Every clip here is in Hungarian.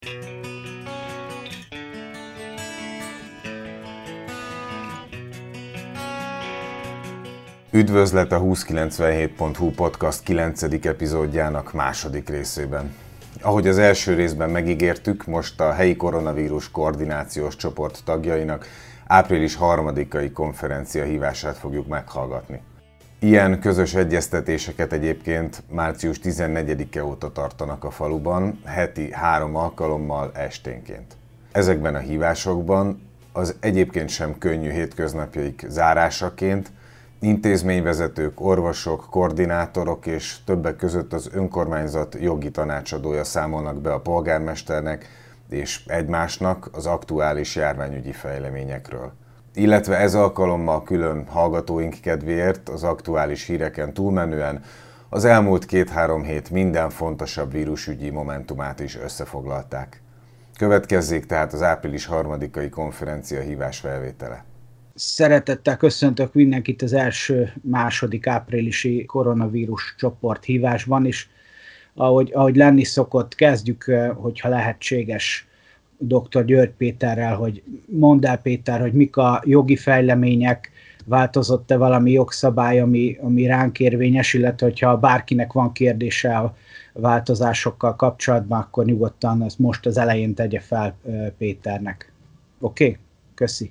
Üdvözlet a 2097.hu podcast 9. epizódjának második részében. Ahogy az első részben megígértük, most a helyi koronavírus koordinációs csoport tagjainak április 3-ai konferencia hívását fogjuk meghallgatni. Ilyen közös egyeztetéseket egyébként március 14-e óta tartanak a faluban, heti 3 alkalommal esténként. Ezekben a hívásokban az egyébként sem könnyű hétköznapjaik zárásaként intézményvezetők, orvosok, koordinátorok és többek között az önkormányzat jogi tanácsadója számolnak be a polgármesternek és egymásnak az aktuális járványügyi fejleményekről. Illetve ez alkalommal külön hallgatóink kedvéért az aktuális híreken túlmenően az elmúlt 2-3 hét minden fontosabb vírusügyi momentumát is összefoglalták. Következzék tehát az április 3-ai konferencia hívás felvétele. Szeretettel köszöntök mindenkit az második áprilisi koronavírus csoport hívásban is. Ahogy lenni szokott, kezdjük, hogyha lehetséges, dr. György Péterrel, hogy mondd el, Péter, hogy mik a jogi fejlemények, változott-e valami jogszabály, ami ránk érvényes, illetve hogyha bárkinek van kérdése a változásokkal kapcsolatban, akkor nyugodtan ezt most az elején tegye fel Péternek. Oké? Köszi.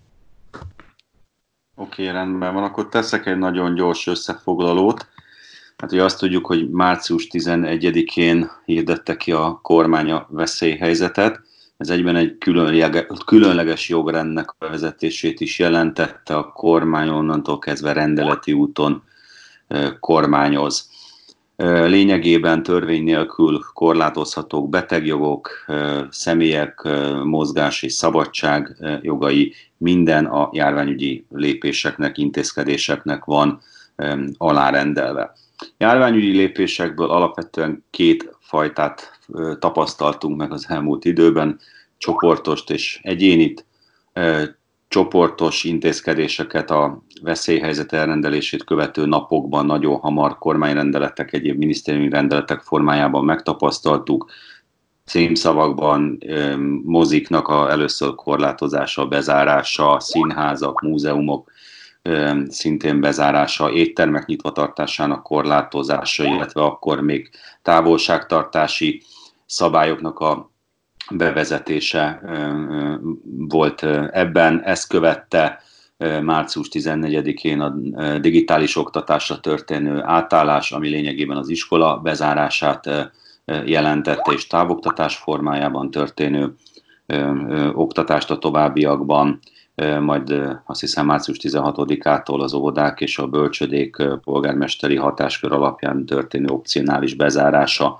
Oké, rendben van. Akkor teszek egy nagyon gyors összefoglalót. Hát ugye azt tudjuk, hogy március 11-én hirdette ki a kormány a veszélyhelyzetet. Ez egyben egy különleges jogrendnek a vezetését is jelentette. A kormány onnantól kezdve rendeleti úton kormányoz. Lényegében törvény nélkül korlátozhatók betegjogok, személyek mozgás és szabadság jogai, minden a járványügyi lépéseknek, intézkedéseknek van alárendelve. Járványügyi lépésekből alapvetően két fajtát tapasztaltunk meg az elmúlt időben, csoportost és egyénit. Csoportos intézkedéseket a veszélyhelyzet elrendelését követő napokban nagyon hamar kormányrendeletek, egyéb minisztériumi rendeletek formájában megtapasztaltuk. Címszavakban moziknak először korlátozása, bezárása, színházak, múzeumok szintén bezárása, éttermek nyitvatartásának korlátozása, illetve akkor még távolságtartási szabályoknak a bevezetése volt ebben. Ezt követte március 14-én a digitális oktatásra történő átállás, ami lényegében az iskola bezárását jelentette, és távoktatás formájában történő oktatást a továbbiakban, majd azt hiszem március 16-ától az óvodák és a bölcsödék polgármesteri hatáskör alapján történő opcionális bezárása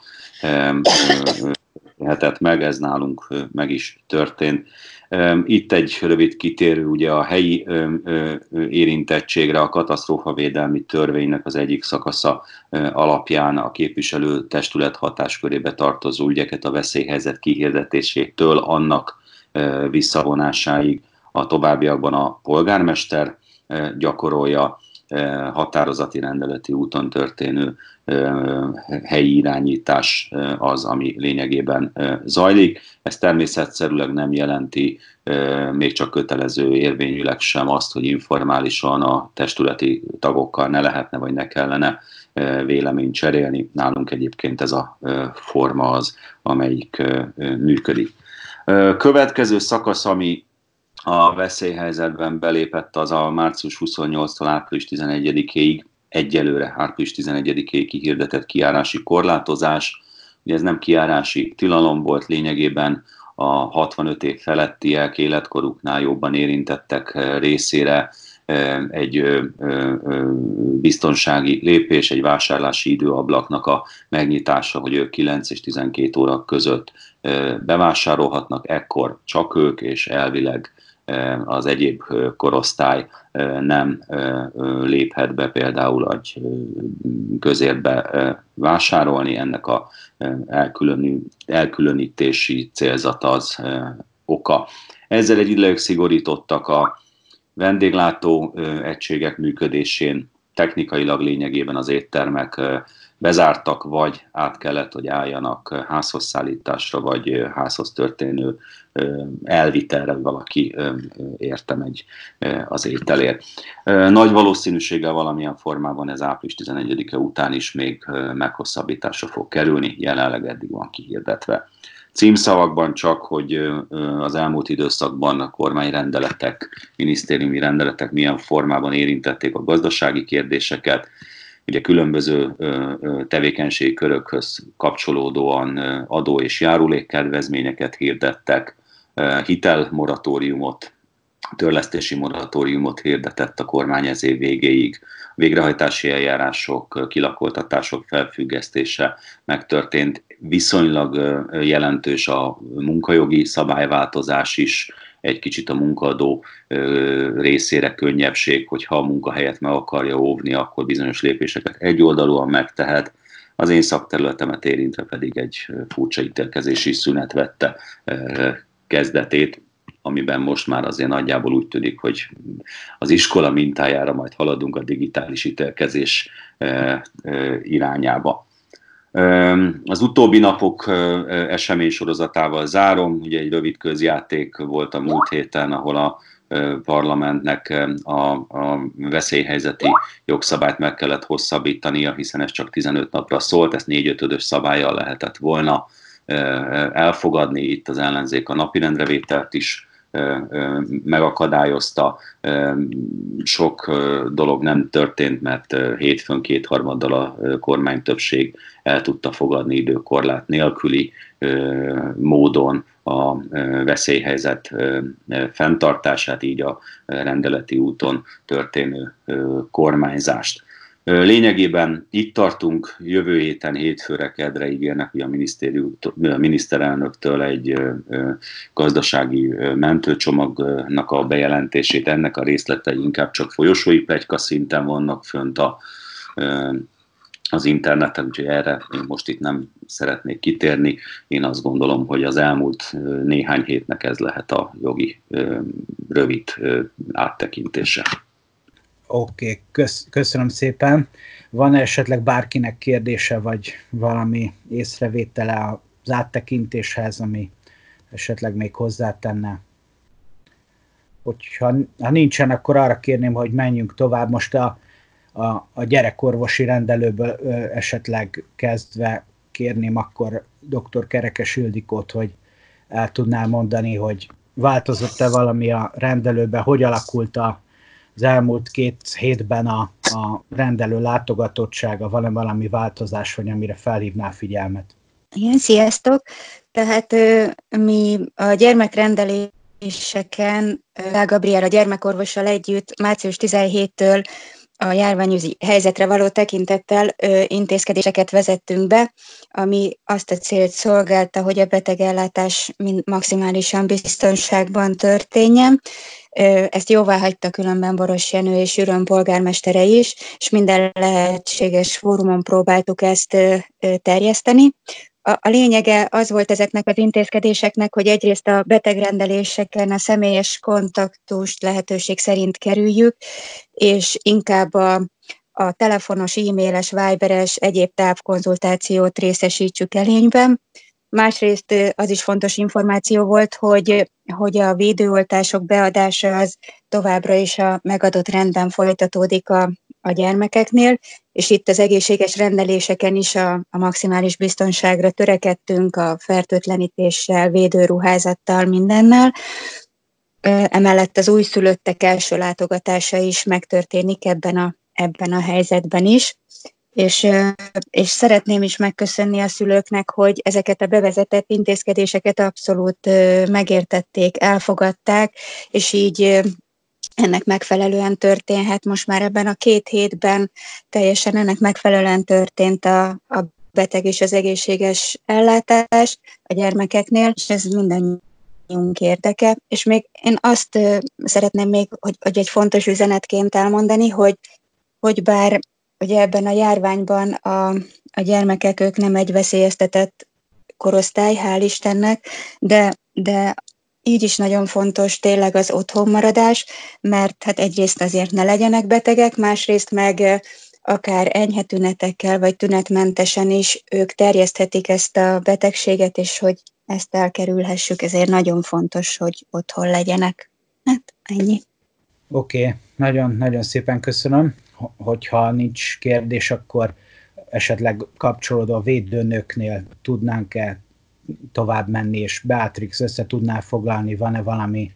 történhetett meg, ez nálunk meg is történt. Itt egy rövid kitérő ugye a helyi érintettségre, a katasztrófavédelmi törvénynek az egyik szakasza alapján a képviselőtestület hatáskörébe tartozó ügyeket a veszélyhelyzet kihirdetésétől annak visszavonásáig a továbbiakban a polgármester gyakorolja, határozati rendeleti úton történő helyi irányítás az, ami lényegében zajlik. Ez természetszerűleg nem jelenti még csak kötelező érvényűleg sem azt, hogy informálisan a testületi tagokkal ne lehetne vagy ne kellene véleményt cserélni. Nálunk egyébként ez a forma az, amelyik működik. Következő szakasz, ami a veszélyhelyzetben belépett, az a március 28-tól április 11-ig, egyelőre április 11-ig kihirdetett kijárási korlátozás. Ugye ez nem kijárási tilalom volt, lényegében a 65 év felettiek, életkoruknál jobban érintettek részére egy biztonsági lépés, egy vásárlási időablaknak a megnyitása, hogy ők 9 és 12 óra között bevásárolhatnak, ekkor csak ők, és elvileg az egyéb korosztály nem léphet be például egy közértbe vásárolni. Ennek a elkülönítési célzata az oka. Ezzel egyidejűleg szigorítottak a vendéglátó egységek működésén, technikailag lényegében az éttermek bezártak, vagy át kellett, hogy álljanak házhoz szállításra, vagy házhoz történő elvitelre, hogy valaki érte megy az ételért. Nagy valószínűséggel valamilyen formában ez április 11-e után is még meghosszabbításra fog kerülni, jelenleg eddig van kihirdetve. Címszavakban csak, hogy az elmúlt időszakban a kormányrendeletek, minisztériumi rendeletek milyen formában érintették a gazdasági kérdéseket, ugye különböző tevékenységi körökhöz kapcsolódóan adó- és járulékkedvezményeket hirdettek, hitelmoratóriumot, törlesztési moratóriumot hirdetett a kormány ez év végéig, végrehajtási eljárások, kilakoltatások felfüggesztése megtörtént. Viszonylag jelentős a munkajogi szabályváltozás is, egy kicsit a munkaadó részére könnyebbség, hogyha a munkahelyet meg akarja óvni, akkor bizonyos lépéseket egyoldalúan megtehet. Az én szakterületemet érintve pedig egy furcsa ítélkezési szünet vette kezdetét, amiben most már azért nagyjából úgy tűnik, hogy az iskola mintájára majd haladunk a digitális ítélkezés irányába. Az utóbbi napok eseménysorozatával zárom. Ugye egy rövid közjáték volt a múlt héten, ahol a parlamentnek a veszélyhelyzeti jogszabályt meg kellett hosszabbítania, hiszen ez csak 15 napra szólt, ezt 4/5-ös szabállyal lehetett volna elfogadni. Itt az ellenzék a napirendre vételt is megakadályozta. Sok dolog nem történt, mert hétfőn 2/3 a kormánytöbbség el tudta fogadni időkorlát nélküli módon a veszélyhelyzet fenntartását, így a rendeleti úton történő kormányzást. Lényegében itt tartunk, jövő héten hétfőre, kedre ígérnek, hogy a miniszterelnöktől egy gazdasági mentőcsomagnak a bejelentését. Ennek a részletei inkább csak folyosói pletyka szinten vannak fönt az interneten, úgyhogy erre én most itt nem szeretnék kitérni. Én azt gondolom, hogy az elmúlt néhány hétnek ez lehet a jogi rövid áttekintése. Oké, köszönöm szépen. Van esetleg bárkinek kérdése, vagy valami észrevétele az áttekintéshez, ami esetleg még hozzátenne? Ha nincsen, akkor arra kérném, hogy menjünk tovább. Most a gyerekorvosi rendelőből esetleg kezdve kérném akkor dr. Kerekes Ildikót, hogy el tudnál mondani, hogy változott-e valami a rendelőben, hogy alakult az elmúlt 2 hétben a rendelő látogatottsága, valami változás, vagy amire felhívnál figyelmet? Igen, sziasztok! Tehát mi a gyermekrendeléseken Lál Gabriel a gyermekorvossal együtt március 17-től a járványügyi helyzetre való tekintettel intézkedéseket vezettünk be, ami azt a célt szolgálta, hogy a betegellátás maximálisan biztonságban történjen. Ezt jóvá hagyta különben Boros Jenő és Üröm polgármestere is, és minden lehetséges fórumon próbáltuk ezt terjeszteni. A lényege az volt ezeknek az intézkedéseknek, hogy egyrészt a betegrendeléseken a személyes kontaktust lehetőség szerint kerüljük, és inkább a telefonos, e-mailes, viberes, egyéb távkonzultációt részesítsük előnyben. Másrészt az is fontos információ volt, hogy a védőoltások beadása az továbbra is a megadott rendben folytatódik a gyermekeknél, és itt az egészséges rendeléseken is a maximális biztonságra törekedtünk a fertőtlenítéssel, védőruházattal, mindennel. Emellett az újszülöttek első látogatása is megtörténik ebben a helyzetben is. És szeretném is megköszönni a szülőknek, hogy ezeket a bevezetett intézkedéseket abszolút megértették, elfogadták, és így ennek megfelelően történhet. Most már ebben a 2 hétben teljesen ennek megfelelően történt a beteg és az egészséges ellátás a gyermekeknél, és ez mindannyiunk érdeke. És még én azt szeretném még, hogy egy fontos üzenetként elmondani, hogy bár ugye ebben a járványban a gyermekek, ők nem egy veszélyeztetett korosztály, hál' Istennek, de így is nagyon fontos tényleg az otthonmaradás, mert hát egyrészt azért ne legyenek betegek, másrészt meg akár enyhe tünetekkel, vagy tünetmentesen is ők terjeszthetik ezt a betegséget, és hogy ezt elkerülhessük, ezért nagyon fontos, hogy otthon legyenek. Hát ennyi. Oké, nagyon szépen köszönöm. Hogyha nincs kérdés, akkor esetleg kapcsolódó a védőnöknél tudnánk-e tovább menni, és Beatrix össze tudná foglalni, van-e valami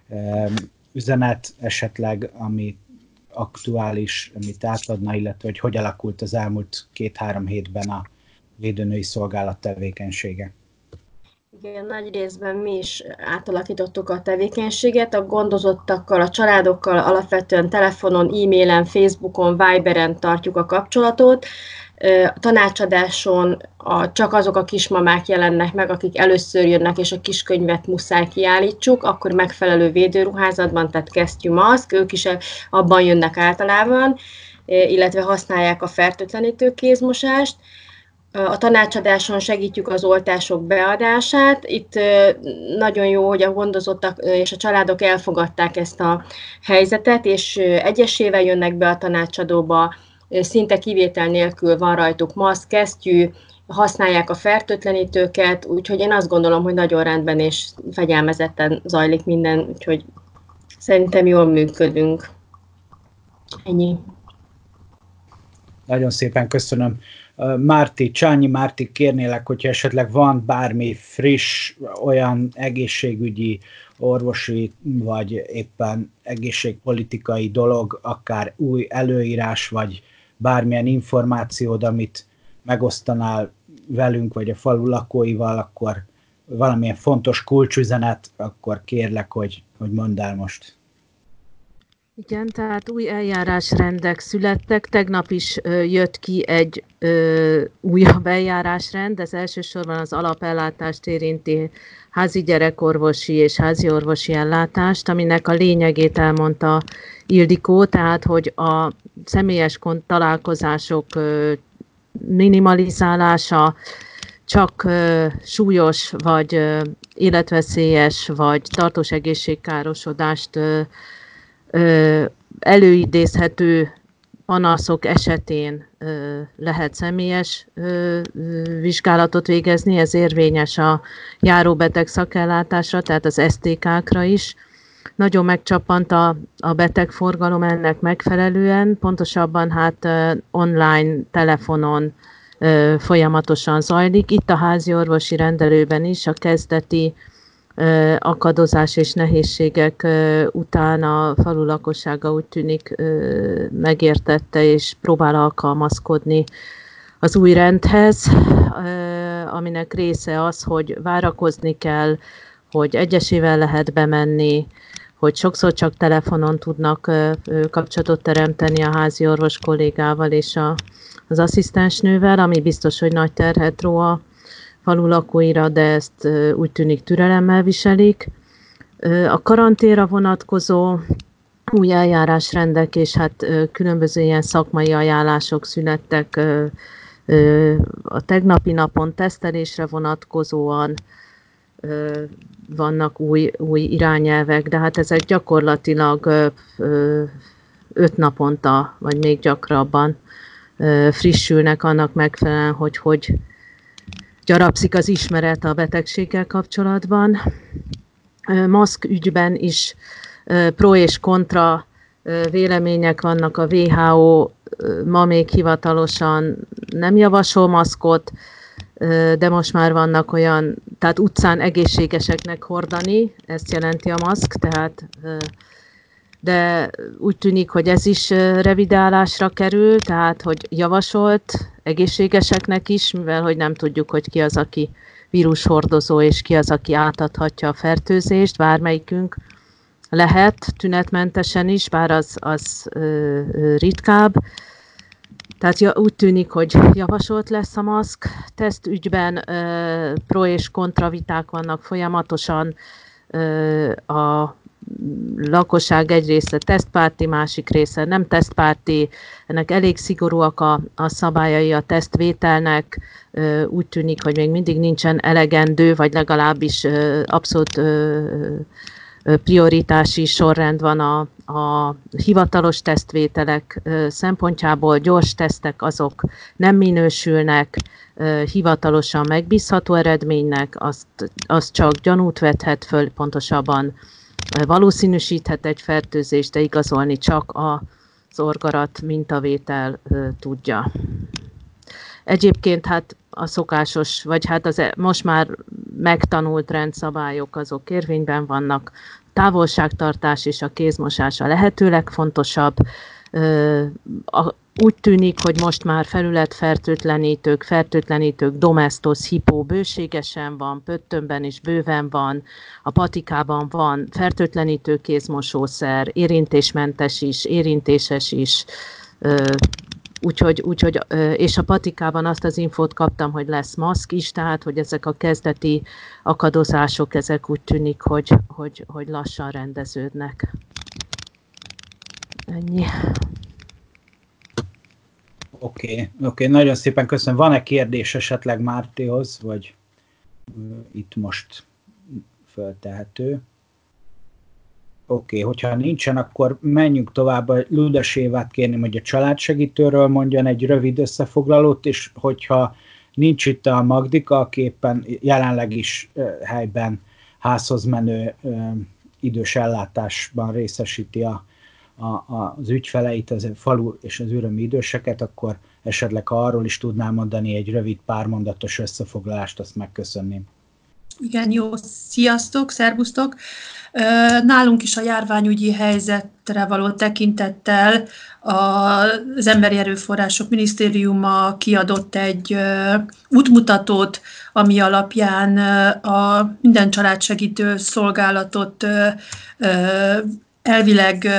üzenet esetleg, ami aktuális, amit átadna, illetve hogy alakult az elmúlt 2-3 hétben a védőnői szolgálat tevékenysége? Igen, nagy részben mi is átalakítottuk a tevékenységet, a gondozottakkal, a családokkal alapvetően telefonon, e-mailen, Facebookon, Viberen tartjuk a kapcsolatot. A tanácsadáson csak azok a kismamák jelennek meg, akik először jönnek, és a kiskönyvet muszáj kiállítsuk, akkor megfelelő védőruházatban, tehát kesztyű, maszk, ők is abban jönnek általában, illetve használják a fertőtlenítő kézmosást. A tanácsadáson segítjük az oltások beadását. Itt nagyon jó, hogy a gondozottak és a családok elfogadták ezt a helyzetet, és egyesével jönnek be a tanácsadóba, szinte kivétel nélkül van rajtuk maszk, kesztyű, használják a fertőtlenítőket, úgyhogy én azt gondolom, hogy nagyon rendben és fegyelmezetten zajlik minden, úgyhogy szerintem jól működünk. Ennyi. Nagyon szépen köszönöm. Csányi Márti, kérnélek, hogyha esetleg van bármi friss, olyan egészségügyi, orvosi, vagy éppen egészségpolitikai dolog, akár új előírás, vagy bármilyen információd, amit megosztanál velünk, vagy a falu lakóival, akkor valamilyen fontos kulcsüzenet, akkor kérlek, hogy mondd el most. Igen, tehát új eljárásrendek születtek. Tegnap is jött ki egy újabb eljárásrend, ez elsősorban az alapellátást érinti házi gyerekorvosi és házi orvosi ellátást, aminek a lényegét elmondta Ildikó, tehát hogy a személyes találkozások minimalizálása, csak súlyos vagy életveszélyes vagy tartós egészségkárosodást előidézhető panaszok esetén lehet személyes vizsgálatot végezni, ez érvényes a járóbeteg szakellátásra, tehát az STK-kra is. Nagyon megcsappant a betegforgalom ennek megfelelően, pontosabban hát online, telefonon folyamatosan zajlik. Itt a házi orvosi rendelőben is a kezdeti akadozás és nehézségek után a falu lakossága úgy tűnik megértette és próbál alkalmazkodni az új rendhez, aminek része az, hogy várakozni kell, hogy egyesével lehet bemenni, hogy sokszor csak telefonon tudnak kapcsolatot teremteni a házi orvos kollégával és az asszisztensnővel, ami biztos, hogy nagy terhet ró a falu lakóira, de ezt úgy tűnik türelemmel viselik. A karanténra vonatkozó új eljárásrendek és hát különböző ilyen szakmai ajánlások születtek a tegnapi napon tesztelésre vonatkozóan, vannak új irányelvek, de hát ezek gyakorlatilag 5 naponta, vagy még gyakrabban frissülnek annak megfelelően, hogy gyarapszik az ismeret a betegséggel kapcsolatban. Maszk ügyben is pro és kontra vélemények vannak. A WHO ma még hivatalosan nem javasol maszkot, de most már vannak olyan, tehát utcán egészségeseknek hordani, ezt jelenti a maszk, tehát, de úgy tűnik, hogy ez is revidálásra kerül, tehát hogy javasolt egészségeseknek is, mivel hogy nem tudjuk, hogy ki az, aki vírushordozó, és ki az, aki átadhatja a fertőzést, bármelyikünk lehet tünetmentesen is, bár az ritkább. Tehát úgy tűnik, hogy javasolt lesz a maszk. Teszt ügyben pro és kontra viták vannak folyamatosan. A lakosság egy része tesztpárti, másik része nem tesztpárti. Ennek elég szigorúak a szabályai a tesztvételnek. Úgy tűnik, hogy még mindig nincsen elegendő, vagy legalábbis abszolút prioritási sorrend van a hivatalos tesztvételek szempontjából gyors tesztek azok nem minősülnek hivatalosan megbízható eredménynek, azt csak gyanút vethet föl, pontosabban valószínűsíthet egy fertőzést, de igazolni csak az orgarat mintavétel tudja. Egyébként hát a szokásos, vagy hát az most már megtanult rendszabályok azok érvényben vannak, távolságtartás és a kézmosás a lehető legfontosabb. Úgy tűnik, hogy most már fertőtlenítők, domestos, hipó bőségesen van, Pöttönben is bőven van, a patikában van fertőtlenítő kézmosószer, érintésmentes is, érintéses is, úgyhogy, és a patikában azt az infót kaptam, hogy lesz maszk is, tehát hogy ezek a kezdeti akadozások, ezek úgy tűnik, hogy lassan rendeződnek. Ennyi. Oké, nagyon szépen köszönöm. Van-e kérdés esetleg Mártéhoz, vagy itt most föltehető? Oké, hogyha nincsen, akkor menjünk tovább. Ludas Évát kérném, hogy a családsegítőről mondjon egy rövid összefoglalót, és hogyha nincs itt a Magdika, aki éppen jelenleg is helyben házhoz menő idős ellátásban részesíti az ügyfeleit, az falu és az ürömi időseket, akkor esetleg, ha arról is tudnám mondani egy rövid pármondatos összefoglalást, azt megköszönném. Igen, jó, sziasztok, szervusztok! Nálunk is a járványügyi helyzetre való tekintettel az Emberi Erőforrások Minisztériuma kiadott egy útmutatót, ami alapján a minden családsegítő szolgálatot elvileg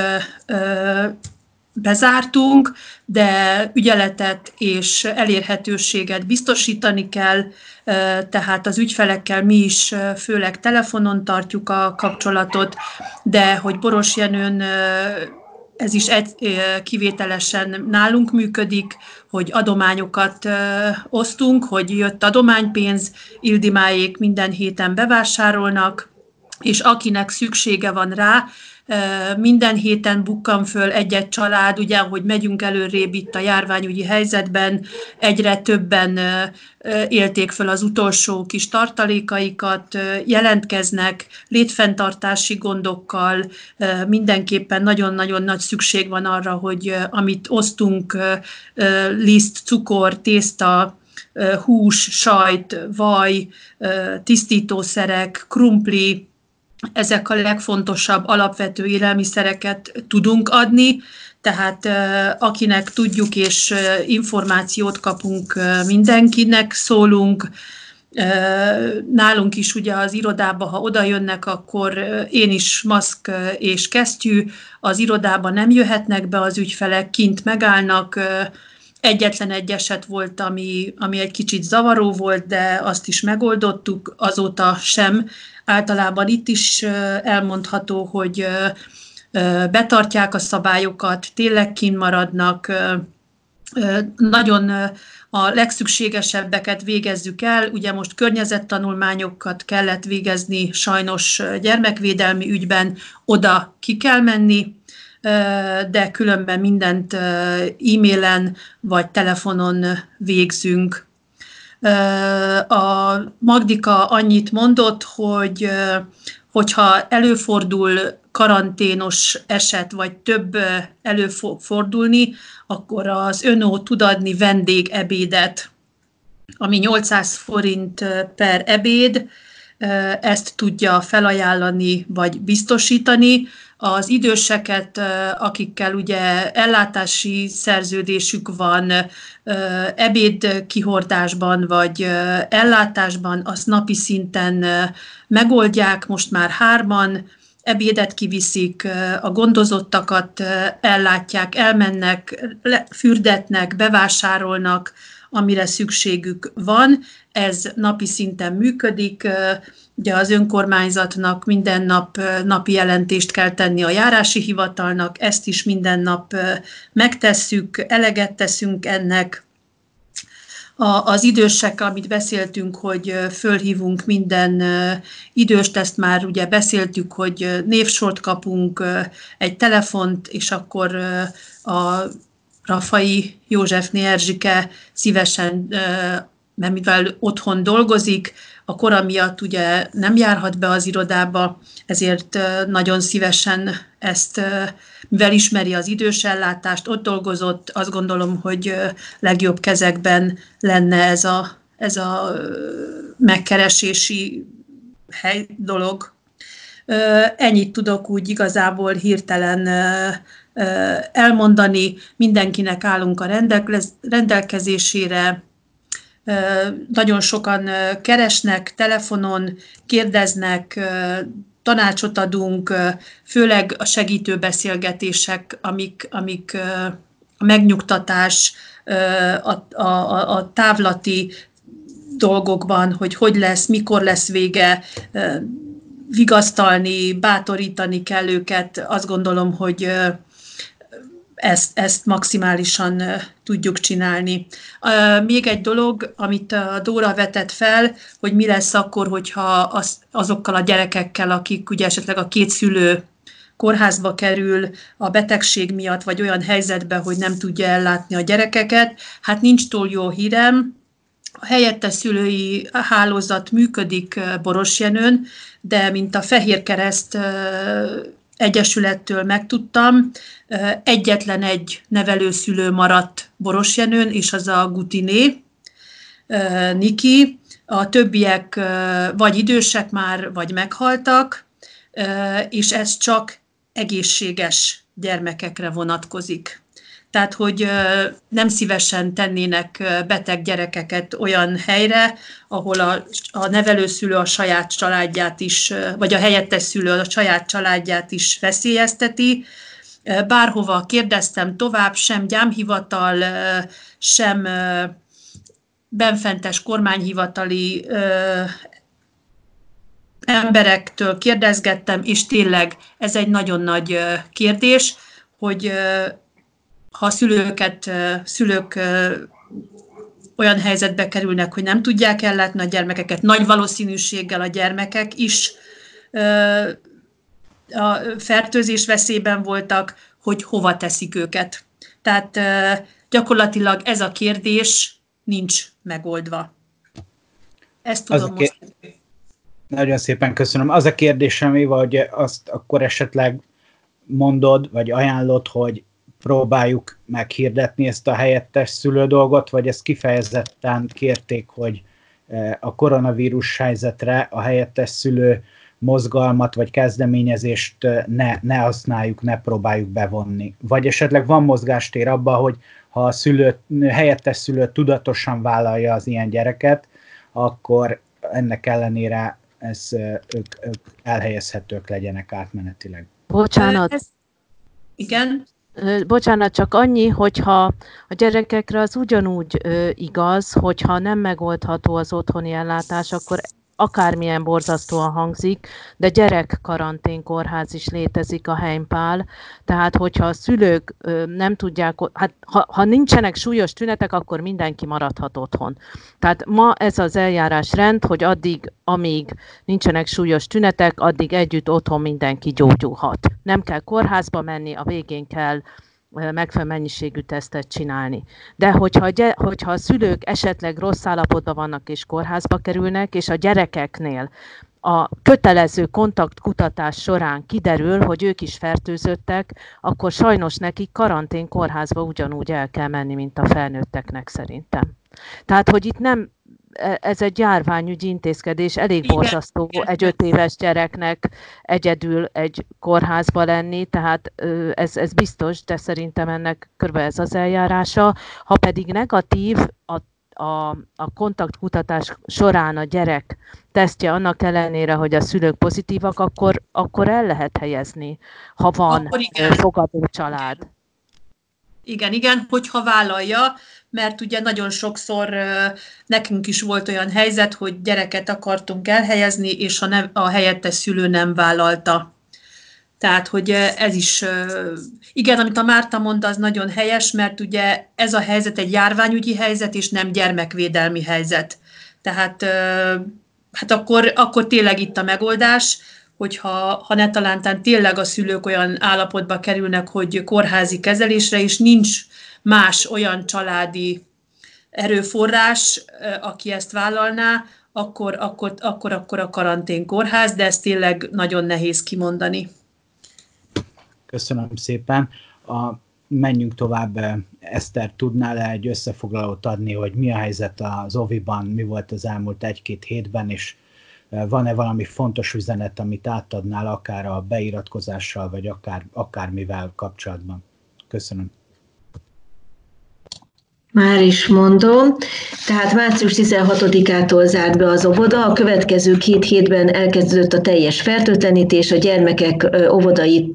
bezártunk, de ügyeletet és elérhetőséget biztosítani kell, tehát az ügyfelekkel mi is főleg telefonon tartjuk a kapcsolatot, de hogy Borosjenőn ez is kivételesen nálunk működik, hogy adományokat osztunk, hogy jött adománypénz, Ildimáék minden héten bevásárolnak, és akinek szüksége van rá, minden héten bukkan föl egy-egy család, ugye, ahogy megyünk előrébb itt a járványügyi helyzetben, egyre többen élték föl az utolsó kis tartalékaikat, jelentkeznek létfenntartási gondokkal, mindenképpen nagyon-nagyon nagy szükség van arra, hogy amit osztunk, liszt, cukor, tészta, hús, sajt, vaj, tisztítószerek, krumpli, ezek a legfontosabb alapvető élelmiszereket tudunk adni, tehát akinek tudjuk és információt kapunk, mindenkinek szólunk. Nálunk is ugye az irodába, ha oda jönnek, akkor én is maszk és kesztyű, az irodába nem jöhetnek be az ügyfelek, kint megállnak. Egyetlen egy eset volt, ami egy kicsit zavaró volt, de azt is megoldottuk, azóta sem. Általában itt is elmondható, hogy betartják a szabályokat, tényleg kint maradnak, nagyon a legszükségesebbeket végezzük el. Ugye most környezettanulmányokat kellett végezni, sajnos gyermekvédelmi ügyben oda ki kell menni, de különben mindent e-mailen vagy telefonon végzünk. A Magdika annyit mondott, hogy hogyha előfordul karanténos eset, vagy több előfordulni, akkor az ÖNO tud adni vendégebédet, ami 800 forint per ebéd, ezt tudja felajánlani vagy biztosítani. Az időseket, akikkel ugye ellátási szerződésük van, ebéd kihordásban vagy ellátásban, azt napi szinten megoldják, most már 3-an, ebédet kiviszik, a gondozottakat ellátják, elmennek, fürdetnek, bevásárolnak, amire szükségük van. Ez napi szinten működik. Ugye az önkormányzatnak minden nap napi jelentést kell tenni a járási hivatalnak, ezt is minden nap megtesszük, eleget teszünk ennek. Az idősek, amit beszéltünk, hogy fölhívunk minden időst, ezt már ugye beszéltük, hogy névsort kapunk, egy telefont, és akkor a Rafai Józsefné Erzsike szívesen, mert mivel otthon dolgozik, a kora miatt ugye nem járhat be az irodába, ezért nagyon szívesen ezt, mivel ismeri az idősellátást, ott dolgozott, azt gondolom, hogy legjobb kezekben lenne ez a megkeresési dolog. Ennyit tudok úgy igazából hirtelen elmondani, mindenkinek állunk a rendelkezésére, nagyon sokan keresnek telefonon, kérdeznek, tanácsot adunk, főleg a segítő beszélgetések, amik a megnyugtatás, a távlati dolgokban, hogy lesz, mikor lesz vége, vigasztalni, bátorítani kell őket. Azt gondolom, hogy ezt maximálisan tudjuk csinálni. Még egy dolog, amit a Dóra vetett fel, hogy mi lesz akkor, hogyha azokkal a gyerekekkel, akik ugye esetleg a két szülő kórházba kerül a betegség miatt, vagy olyan helyzetbe, hogy nem tudja ellátni a gyerekeket. Hát nincs túl jó hírem. A helyettes szülői hálózat működik Borosjenőn, de mint a Fehér Kereszt Egyesülettől megtudtam, egyetlen egy nevelőszülő maradt Borosjenőn, és az a Gutiné, Niki. A többiek vagy idősek már, vagy meghaltak, és ez csak egészséges gyermekekre vonatkozik. Tehát, hogy nem szívesen tennének beteg gyerekeket olyan helyre, ahol a nevelőszülő a saját családját is, vagy a helyettes szülő a saját családját is veszélyezteti. Bárhova kérdeztem tovább, sem gyámhivatal, sem benfentes kormányhivatali emberektől kérdezgettem, és tényleg ez egy nagyon nagy kérdés, hogy ha a szülők olyan helyzetbe kerülnek, hogy nem tudják ellátni a gyermekeket, nagy valószínűséggel a gyermekek is a fertőzés veszélyben voltak, hogy hova teszik őket. Tehát gyakorlatilag ez a kérdés nincs megoldva. Ezt tudom most. Nagyon szépen köszönöm. Az a kérdésem, Éva, hogy azt akkor esetleg mondod, vagy ajánlod, hogy próbáljuk meghirdetni ezt a helyettes szülő dolgot, vagy ezt kifejezetten kérték, hogy a koronavírus helyzetre a helyettes szülő mozgalmat vagy kezdeményezést ne használjuk, ne próbáljuk bevonni. Vagy esetleg van mozgástér abban, hogy ha a helyettes szülő tudatosan vállalja az ilyen gyereket, akkor ennek ellenére ők elhelyezhetők legyenek átmenetileg. Bocsánat. Igen? Bocsánat, csak annyi, hogyha a gyerekekre az ugyanúgy igaz, hogyha nem megoldható az otthoni ellátás, akkor akármilyen borzasztóan hangzik, de gyerekkaranténkórház is létezik a Heimpál, tehát hogyha a szülők nem tudják, hát ha nincsenek súlyos tünetek, akkor mindenki maradhat otthon. Tehát ma ez az eljárásrend, hogy addig, amíg nincsenek súlyos tünetek, addig együtt otthon mindenki gyógyulhat. Nem kell kórházba menni, a végén kell megfelelő mennyiségű tesztet csinálni. De hogyha a szülők esetleg rossz állapotban vannak és kórházba kerülnek, és a gyerekeknél a kötelező kontaktkutatás során kiderül, hogy ők is fertőzöttek, akkor sajnos nekik karanténkórházba ugyanúgy el kell menni, mint a felnőtteknek szerintem. Tehát, hogy itt nem, ez egy járványügyi intézkedés, elég borzasztó egy 5 éves gyereknek egyedül egy kórházba lenni, tehát ez biztos, de szerintem ennek körülbelül ez az eljárása. Ha pedig negatív a kontaktkutatás során a gyerek tesztje annak ellenére, hogy a szülők pozitívak, akkor el lehet helyezni, ha van fogadó család. Igen, hogyha vállalja, mert ugye nagyon sokszor nekünk is volt olyan helyzet, hogy gyereket akartunk elhelyezni, és a helyettes szülő nem vállalta. Tehát, hogy ez is, igen, amit a Márta mondta, az nagyon helyes, mert ugye ez a helyzet egy járványügyi helyzet, és nem gyermekvédelmi helyzet. Tehát hát akkor tényleg itt a megoldás, hogyha netalántán tényleg a szülők olyan állapotba kerülnek, hogy kórházi kezelésre, és nincs más olyan családi erőforrás, aki ezt vállalná, akkor a karanténkórház, de ez tényleg nagyon nehéz kimondani. Köszönöm szépen. Menjünk tovább. Eszter, tudnál egy összefoglalót adni, hogy mi a helyzet az OVI-ban, mi volt az elmúlt 1-2 hétben, és van-e valami fontos üzenet, amit átadnál akár a beiratkozással, vagy akármivel kapcsolatban? Köszönöm. Már is mondom, tehát március 16-ától zárt be az óvoda, a következő 2 hétben elkezdődött a teljes fertőtlenítés, a gyermekek óvodai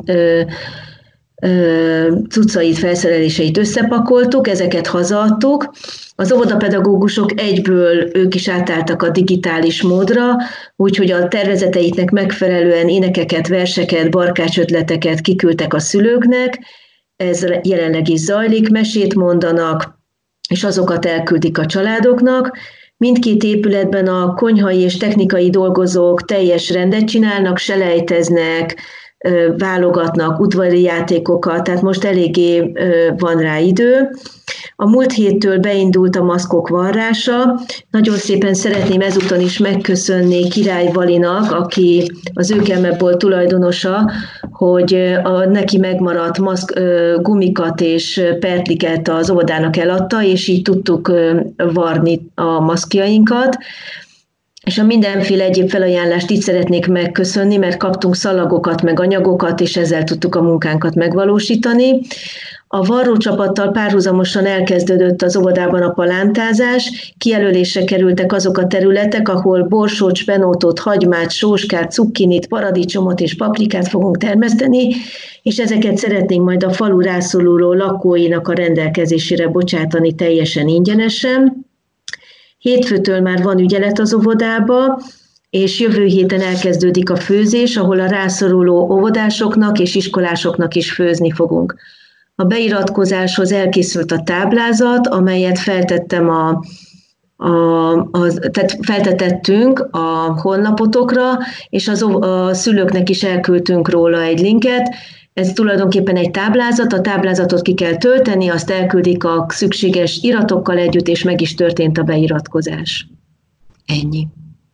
cuccait, felszereléseit összepakoltuk, ezeket hazaadtuk. Az óvodapedagógusok egyből ők is átálltak a digitális módra, úgyhogy a tervezeteiknek megfelelően énekeket, verseket, barkácsötleteket kiküldtek a szülőknek. Ez jelenleg is zajlik, mesét mondanak, és azokat elküldik a családoknak. Mindkét épületben a konyhai és technikai dolgozók teljes rendet csinálnak, selejteznek, válogatnak udvari játékokat, tehát most eléggé van rá idő. A múlt héttől beindult a maszkok varrása. Nagyon szépen szeretném ezúton is megköszönni Király Valinak, aki az Őkelmebból tulajdonosa, hogy neki megmaradt gumikat és pertliket az óvodának eladta, és így tudtuk varni a maszkjainkat. És a mindenféle egyéb felajánlást így szeretnék megköszönni, mert kaptunk szalagokat, meg anyagokat, és ezzel tudtuk a munkánkat megvalósítani. A varrócsapattal párhuzamosan elkezdődött az óvodában a palántázás, kijelölésre kerültek azok a területek, ahol borsót, spenótot, hagymát, sóskát, cukkinit, paradicsomot és paprikát fogunk termeszteni, és ezeket szeretnénk majd a falu rászoruló lakóinak a rendelkezésére bocsátani teljesen ingyenesen. Hétfőtől már van ügyelet az óvodába, és jövő héten elkezdődik a főzés, ahol a rászoruló óvodásoknak és iskolásoknak is főzni fogunk. A beiratkozáshoz elkészült a táblázat, amelyet feltettünk a honlapotokra, és a szülőknek is elküldtünk róla egy linket. Ez tulajdonképpen egy táblázat, a táblázatot ki kell tölteni, azt elküldik a szükséges iratokkal együtt, és meg is történt a beiratkozás. Ennyi.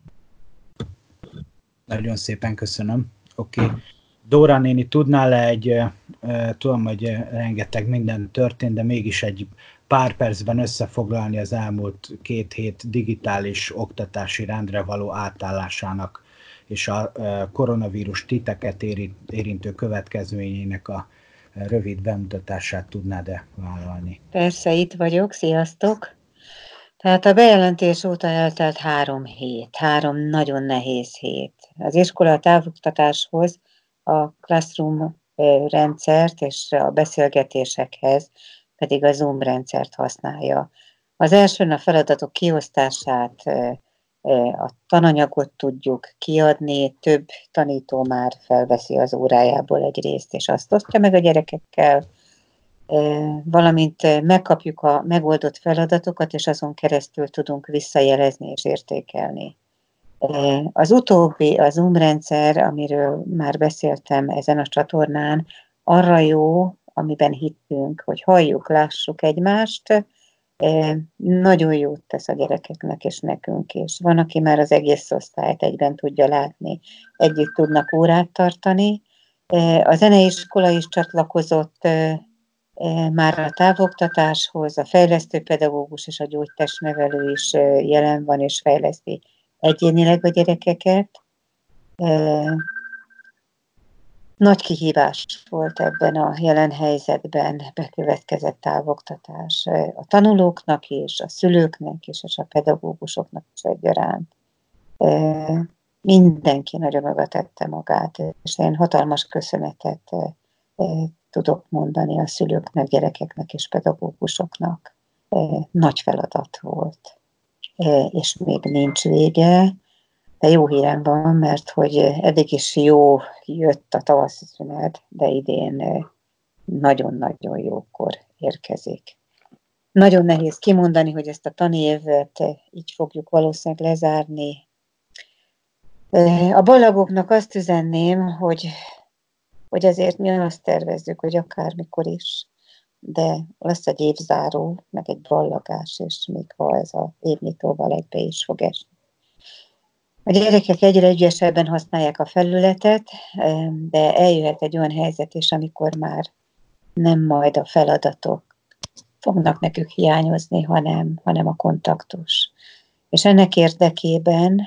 Nagyon szépen köszönöm. Oké. Dóra néni, tudnál tudom, hogy rengeteg minden történt, de mégis egy pár percben összefoglalni az elmúlt 2 hét digitális oktatási rendre való átállásának és a koronavírus titeket érintő következményének a rövid bemutatását tudnád-e vállalni? Persze, itt vagyok, sziasztok! Tehát a bejelentés óta eltelt 3 hét, 3 nagyon nehéz hét. Az iskola távoktatáshoz a Classroom rendszert és a beszélgetésekhez pedig a Zoom rendszert használja. Az elsőn a feladatok kiosztását, a tananyagot tudjuk kiadni, több tanító már felveszi az órájából egy részt, és azt osztja meg a gyerekekkel, valamint megkapjuk a megoldott feladatokat, és azon keresztül tudunk visszajelezni és értékelni. Az utóbbi, a Zoom rendszer, amiről már beszéltem ezen a csatornán, arra jó, amiben hittünk, hogy halljuk, lássuk egymást, nagyon jót tesz a gyerekeknek és nekünk is. Van, aki már az egész osztályt egyben tudja látni, együtt tudnak órát tartani. A zeneiskola is csatlakozott már a távoktatáshoz, a fejlesztőpedagógus és a gyógytestnevelő is jelen van és fejleszti egyénileg a gyerekeket. Nagy kihívás volt ebben a jelen helyzetben bekövetkezett távoktatás a tanulóknak is, a szülőknek is, és a pedagógusoknak is egyaránt. Mindenki nagyon oda tette magát, és én hatalmas köszönetet tudok mondani a szülőknek, gyerekeknek és pedagógusoknak. Nagy feladat volt, és még nincs vége. De jó hírem van, mert hogy eddig is jó jött a tavaszi szünet, de idén nagyon-nagyon jókor érkezik. Nagyon nehéz kimondani, hogy ezt a tanévet így fogjuk valószínűleg lezárni. A ballagoknak azt üzenném, hogy azért mi azt tervezzük, hogy akármikor is, de lesz egy évzáró, meg egy ballagás, és még ha ez az évnyitóval egybe is fog esni. A gyerekek egyre ügyesebben használják a felületet, de eljöhet egy olyan helyzet is, amikor már nem majd a feladatok fognak nekük hiányozni, hanem a kontaktus. És ennek érdekében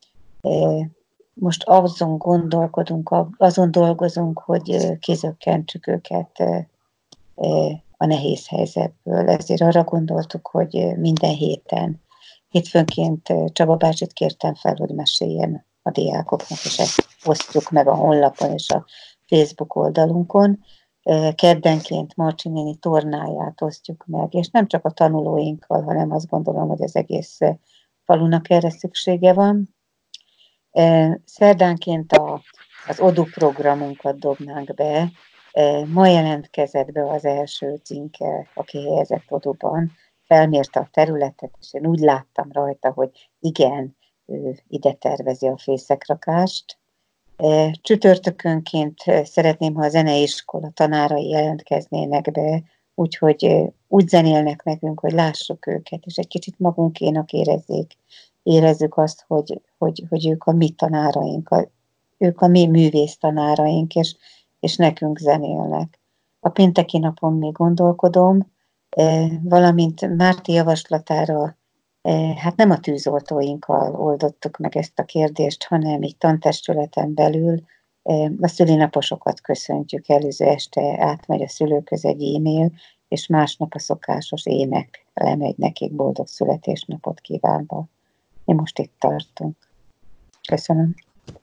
most azon dolgozunk, hogy kizökkentsük őket a nehéz helyzetből. Ezért arra gondoltuk, hogy minden hétfőnként Csaba bácsit kértem fel, hogy meséljen a diákoknak, és ezt osztjuk meg a honlapon és a Facebook oldalunkon. Keddenként Marcsi néni tornáját osztjuk meg, és nem csak a tanulóinkkal, hanem azt gondolom, hogy az egész falunak erre szüksége van. Szerdánként az ODU programunkat dobnánk be. Ma jelentkezett be az első cinke, aki helyezett ODU-ban, felmérte a területet, és én úgy láttam rajta, hogy igen, ő ide tervezi a fészekrakást. Csütörtökönként szeretném, ha a zeneiskola tanárai jelentkeznének be, úgyhogy úgy zenélnek nekünk, hogy lássuk őket, és egy kicsit magunkénak érezzük azt, hogy ők a mi tanáraink, ők a mi művész tanáraink, és nekünk zenélnek. A pénteki napon még gondolkodom, valamint Márti javaslatára, hát nem a tűzoltóinkkal oldottuk meg ezt a kérdést, hanem így tantestületen belül a szülinaposokat köszöntjük. Előző este átmegy a szülőköz egy e-mail, és másnap a szokásos ének lemegy nekik, boldog születésnapot kívánva. Mi most itt tartunk. Köszönöm.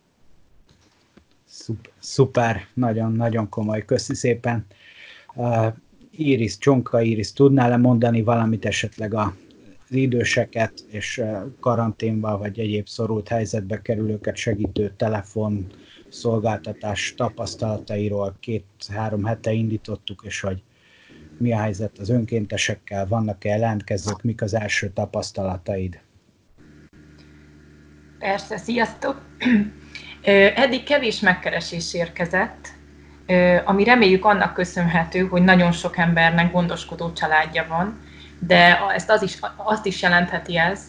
Szuper, nagyon-nagyon komoly, köszi szépen. Csonka Iris, tudnál-e mondani valamit esetleg az időseket és karanténba vagy egyéb szorult helyzetbe kerülőket segítő telefon szolgáltatás tapasztalatairól? 2-3 hete indítottuk, és hogy mi a helyzet az önkéntesekkel, vannak-e jelentkezők, mik az első tapasztalataid? Persze, sziasztok! Eddig kevés megkeresés érkezett, ami reméljük annak köszönhető, hogy nagyon sok embernek gondoskodó családja van, de azt is jelentheti ez,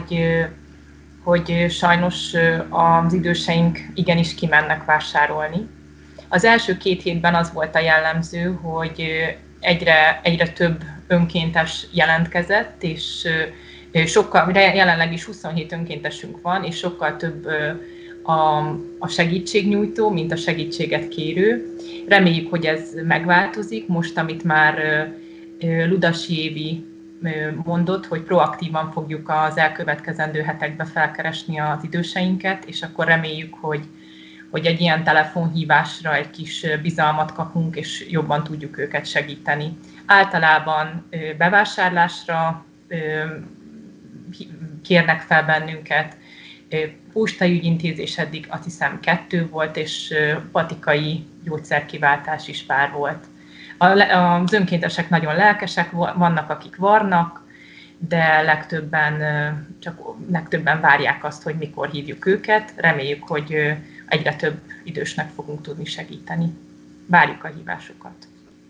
hogy sajnos az időseink igenis kimennek vásárolni. Az első 2 hétben az volt a jellemző, hogy egyre több önkéntes jelentkezett, és jelenleg is 27 önkéntesünk van, és sokkal több a segítségnyújtó, mint a segítséget kérő. Reméljük, hogy ez megváltozik. Most, amit már Ludasi Évi mondott, hogy proaktívan fogjuk az elkövetkezendő hetekben felkeresni az időseinket, és akkor reméljük, hogy egy ilyen telefonhívásra egy kis bizalmat kapunk, és jobban tudjuk őket segíteni. Általában bevásárlásra kérnek fel bennünket, postaügyintézés eddig azt hiszem 2 volt, és patikai gyógyszerkiváltás is pár volt. Az önkéntesek nagyon lelkesek, vannak akik varnak, de legtöbben várják azt, hogy mikor hívjuk őket. Reméljük, hogy egyre több idősnek fogunk tudni segíteni. Várjuk a hívásokat.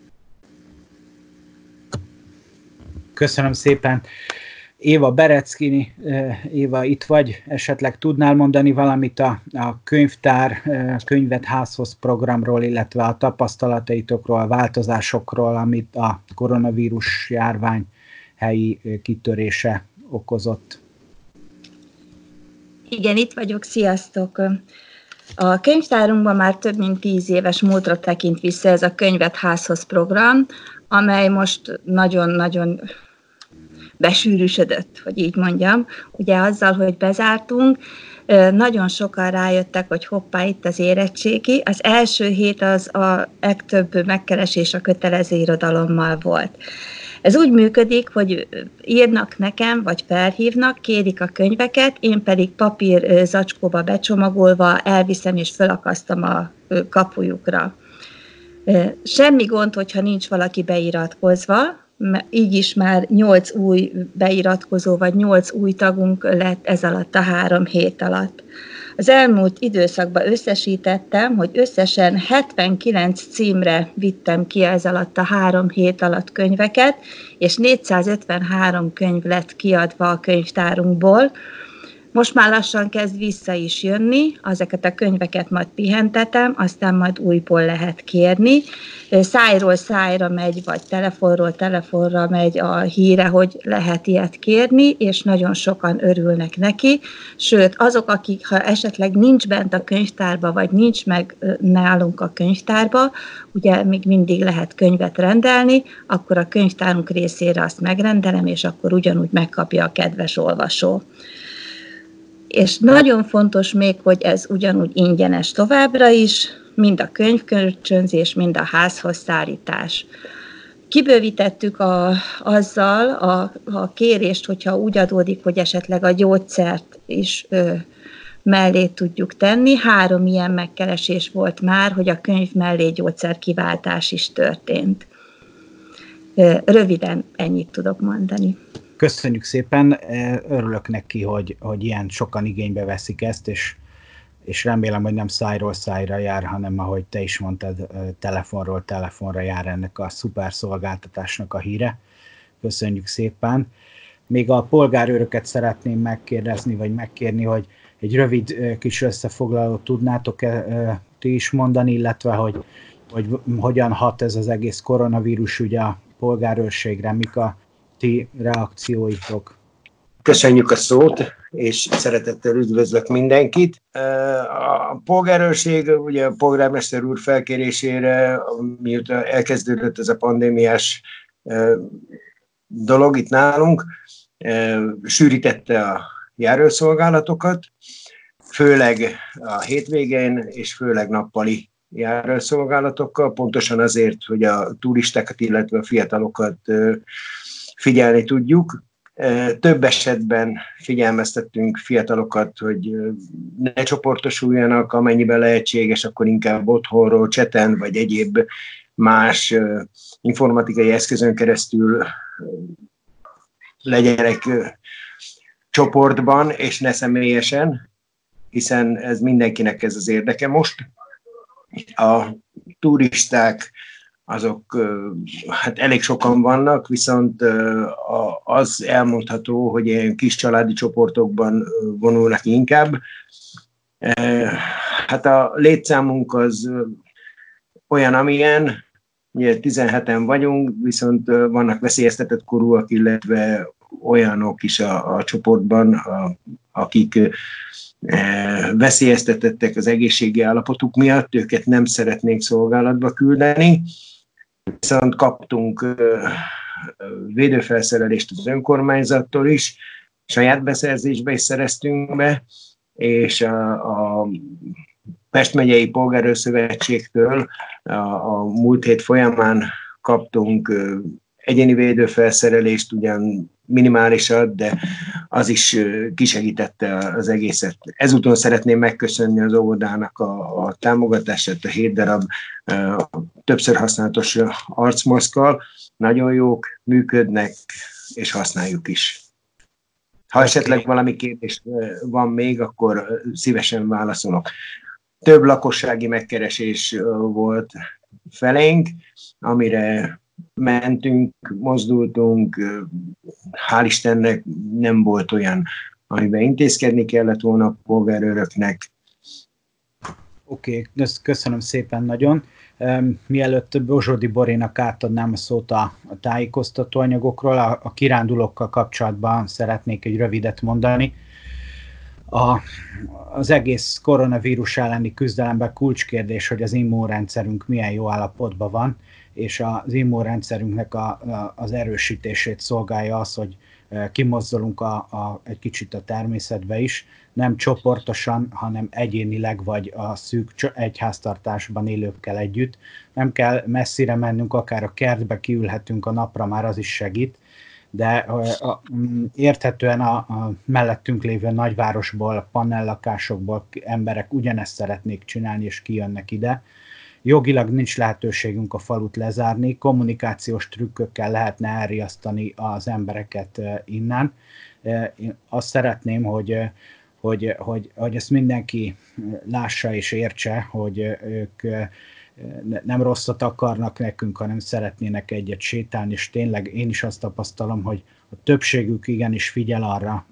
Köszönöm szépen. Éva Bereckini, Éva, itt vagy, esetleg tudnál mondani valamit a könyvtár, könyvet házhoz programról, illetve a tapasztalataitokról, a változásokról, amit a koronavírus járvány helyi kitörése okozott? Igen, itt vagyok, sziasztok! A könyvtárunkban már több mint 10 éves múltra tekint vissza ez a könyvet házhoz program, amely most nagyon-nagyon besűrűsödött, hogy így mondjam. Ugye azzal, hogy bezártunk, nagyon sokan rájöttek, hogy hoppá, itt az érettségi. Az első hét az a legtöbb megkeresés a kötelező irodalommal volt. Ez úgy működik, hogy írnak nekem, vagy felhívnak, kérik a könyveket, én pedig papír zacskóba becsomagolva elviszem és felakasztom a kapujukra. Semmi gond, hogyha nincs valaki beiratkozva, így is már 8 új beiratkozó, vagy 8 új tagunk lett ez alatt a 3 hét alatt. Az elmúlt időszakban összesítettem, hogy összesen 79 címre vittem ki ez alatt a 3 hét alatt könyveket, és 453 könyv lett kiadva a könyvtárunkból. Most már lassan kezd vissza is jönni, ezeket a könyveket majd pihentetem, aztán majd újból lehet kérni. Szájról szájra megy, vagy telefonról telefonra megy a híre, hogy lehet ilyet kérni, és nagyon sokan örülnek neki. Sőt, azok, akik ha esetleg nincs bent a könyvtárba, vagy nincs meg nálunk a könyvtárba, ugye még mindig lehet könyvet rendelni, akkor a könyvtárunk részére azt megrendelem, és akkor ugyanúgy megkapja a kedves olvasó. És nagyon fontos még, hogy ez ugyanúgy ingyenes továbbra is, mind a könyvkölcsönzés, mind a házhoz szállítás. Kibővítettük azzal a kérést, hogyha úgy adódik, hogy esetleg a gyógyszert is mellé tudjuk tenni. 3 ilyen megkeresés volt már, hogy a könyv mellé gyógyszerkiváltás is történt. Röviden ennyit tudok mondani. Köszönjük szépen, örülök neki, hogy ilyen sokan igénybe veszik ezt, és remélem, hogy nem szájról szájra jár, hanem ahogy te is mondtad, telefonról telefonra jár ennek a szuper szolgáltatásnak a híre. Köszönjük szépen. Még a polgárőröket szeretném megkérdezni, vagy megkérni, hogy egy rövid kis összefoglalót tudnátok ti is mondani, illetve hogy hogyan hat ez az egész koronavírus ugye a polgárőrségre, mik a ti reakcióitok? Köszönjük a szót, és szeretettel üdvözlök mindenkit. A polgárőrség, ugye a polgármester úr felkérésére, miután elkezdődött ez a pandémiás dolog itt nálunk, sűrítette a járőrszolgálatokat, főleg a hétvégén és főleg nappali járőrszolgálatokkal, pontosan azért, hogy a turistákat, illetve a fiatalokat figyelni tudjuk. Több esetben figyelmeztettünk fiatalokat, hogy ne csoportosuljanak, amennyiben lehetséges, akkor inkább otthonról, cseten, vagy egyéb más informatikai eszközön keresztül legyenek csoportban, és ne személyesen, hiszen ez mindenkinek ez az érdeke most. A turisták azok hát elég sokan vannak, viszont az elmondható, hogy ilyen kis családi csoportokban vonulnak inkább. Hát a létszámunk az olyan, amilyen, ugye 17-en vagyunk, viszont vannak veszélyeztetett korúak, illetve olyanok is a csoportban, akik veszélyeztetettek az egészségi állapotuk miatt, őket nem szeretnénk szolgálatba küldeni. Viszont kaptunk védőfelszerelést az önkormányzattól is, saját beszerzésbe is szereztünk be, és a Pest megyei Polgárőrszövetségtől a múlt hét folyamán kaptunk egyéni védőfelszerelést, ugyan minimálisat, de az is kisegítette az egészet. Ezúton szeretném megköszönni az óvodának a támogatását, a 7 darab többször használatos arcmaszkkal. Nagyon jók, működnek, és használjuk is. Ha esetleg valami kérdés van még, akkor szívesen válaszolok. Több lakossági megkeresés volt felénk, amire mentünk, mozdultunk, hál' Istennek nem volt olyan, amiben intézkedni kellett volna a polgárőröknek. Oké, köszönöm szépen nagyon. Mielőtt Bozsódi Borénak átadnám a szót a tájékoztatóanyagokról, a kirándulókkal kapcsolatban szeretnék egy rövidet mondani. Az egész koronavírus elleni küzdelemben kulcskérdés, hogy az immunrendszerünk milyen jó állapotban van, és az immunrendszerünknek az erősítését szolgálja az, kimozdulunk egy kicsit a természetbe is, nem csoportosan, hanem egyénileg vagy a szűk egyháztartásban élőkkel együtt. Nem kell messzire mennünk, akár a kertbe kiülhetünk a napra, már az is segít, de érthetően a mellettünk lévő nagyvárosból, panellakásokból emberek ugyanezt szeretnék csinálni, és kijönnek ide. Jogilag nincs lehetőségünk a falut lezárni, kommunikációs trükkökkel lehetne elriasztani az embereket innen. Én azt szeretném, hogy ezt mindenki lássa és értse, hogy ők nem rosszat akarnak nekünk, hanem szeretnének egyet sétálni, és tényleg én is azt tapasztalom, hogy a többségük igenis figyel arra,